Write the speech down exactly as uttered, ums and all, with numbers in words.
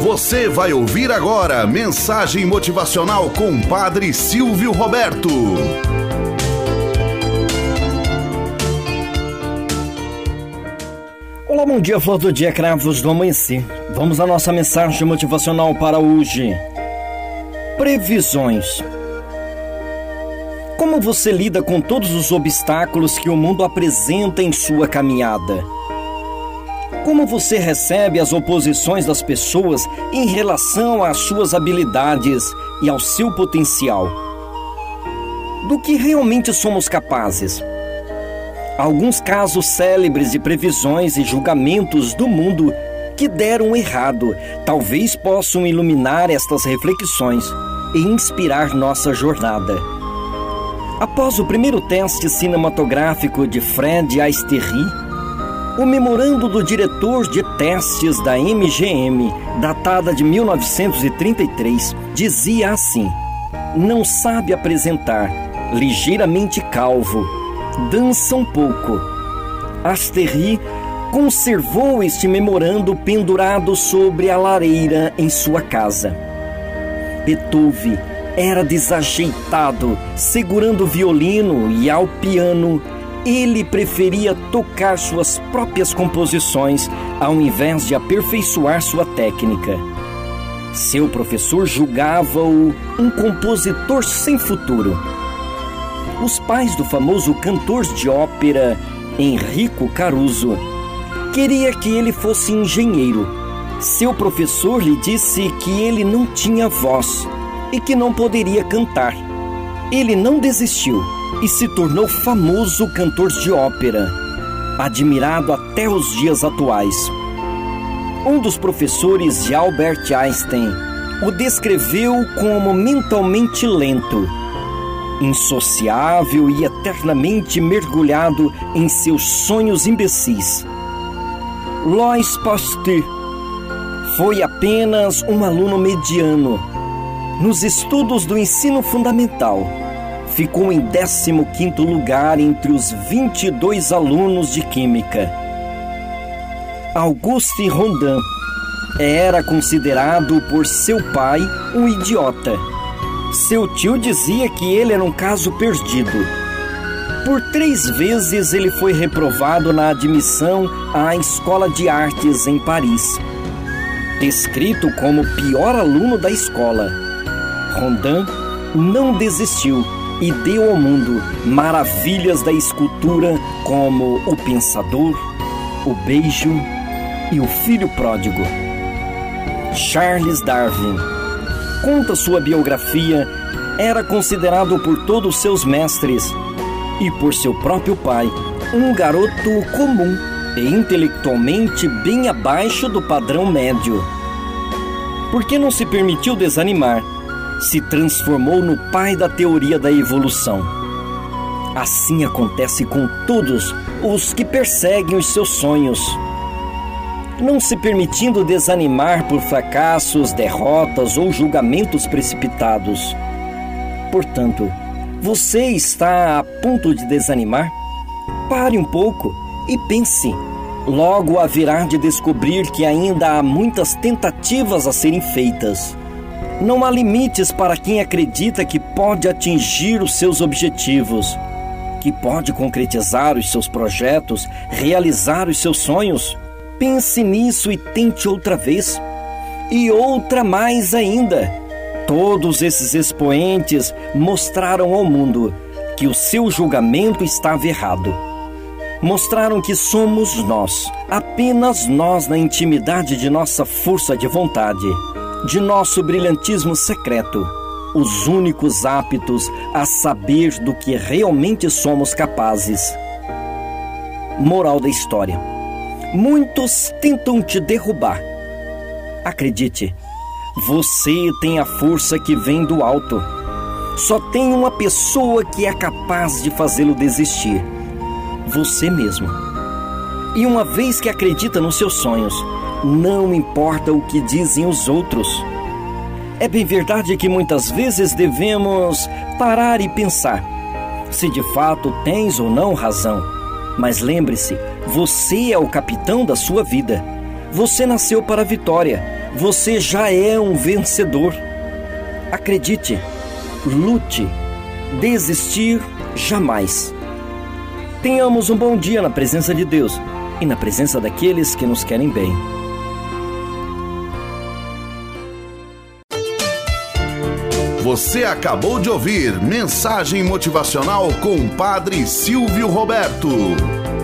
Você vai ouvir agora mensagem motivacional com Padre Silvio Roberto. Olá, bom dia, flor do dia, cravos do amanhecer. Vamos à nossa mensagem motivacional para hoje. Previsões. Como você lida com todos os obstáculos que o mundo apresenta em sua caminhada? Como você recebe as oposições das pessoas em relação às suas habilidades e ao seu potencial? Do que realmente somos capazes? Alguns casos célebres de previsões e julgamentos do mundo que deram errado talvez possam iluminar estas reflexões e inspirar nossa jornada. Após o primeiro teste cinematográfico de Fred Astaire, o memorando do diretor de testes da M G M, datada de mil novecentos e trinta e três, dizia assim: não sabe apresentar, ligeiramente calvo, dança um pouco. Astaire conservou este memorando pendurado sobre a lareira em sua casa. Beethoven era desajeitado, segurando o violino, e ao piano ele preferia tocar suas próprias composições ao invés de aperfeiçoar sua técnica. Seu professor julgava-o um compositor sem futuro. Os pais do famoso cantor de ópera Enrico Caruso queriam que ele fosse engenheiro. Seu professor lhe disse que ele não tinha voz e que não poderia cantar. Ele não desistiu e se tornou famoso cantor de ópera, admirado até os dias atuais. Um dos professores de Albert Einstein o descreveu como mentalmente lento, insociável e eternamente mergulhado em seus sonhos imbecis. Louis Pasteur foi apenas um aluno mediano. Nos estudos do ensino fundamental, ficou em décimo quinto lugar entre os vinte e dois alunos de química. Auguste Rodin era considerado por seu pai um idiota. Seu tio dizia que ele era um caso perdido. Por três vezes ele foi reprovado na admissão à Escola de Artes em Paris, descrito como o pior aluno da escola. Rodin não desistiu e deu ao mundo maravilhas da escultura como O Pensador, O Beijo e O Filho Pródigo. Charles Darwin conta sua biografia. Era considerado por todos seus mestres e por seu próprio pai um garoto comum e intelectualmente bem abaixo do padrão médio. Porque não se permitiu desanimar, se transformou no pai da teoria da evolução. Assim acontece com todos os que perseguem os seus sonhos, não se permitindo desanimar por fracassos, derrotas ou julgamentos precipitados. Portanto, você está a ponto de desanimar? Pare um pouco e pense. Logo haverá de descobrir que ainda há muitas tentativas a serem feitas. Não há limites para quem acredita que pode atingir os seus objetivos, que pode concretizar os seus projetos, realizar os seus sonhos. Pense nisso e tente outra vez. E outra mais ainda. Todos esses expoentes mostraram ao mundo que o seu julgamento estava errado. Mostraram que somos nós, apenas nós na intimidade de nossa força de vontade, de nosso brilhantismo secreto, os únicos aptos a saber do que realmente somos capazes. Moral da história: muitos tentam te derrubar. Acredite, você tem a força que vem do alto. Só tem uma pessoa que é capaz de fazê-lo desistir: você mesmo. E uma vez que acredita nos seus sonhos, não importa o que dizem os outros. É bem verdade que muitas vezes devemos parar e pensar se de fato tens ou não razão. Mas lembre-se, você é o capitão da sua vida. Você nasceu para a vitória. Você já é um vencedor. Acredite, lute, desistir jamais. Tenhamos um bom dia na presença de Deus e na presença daqueles que nos querem bem. Você acabou de ouvir Mensagem Motivacional com o Padre Silvio Roberto.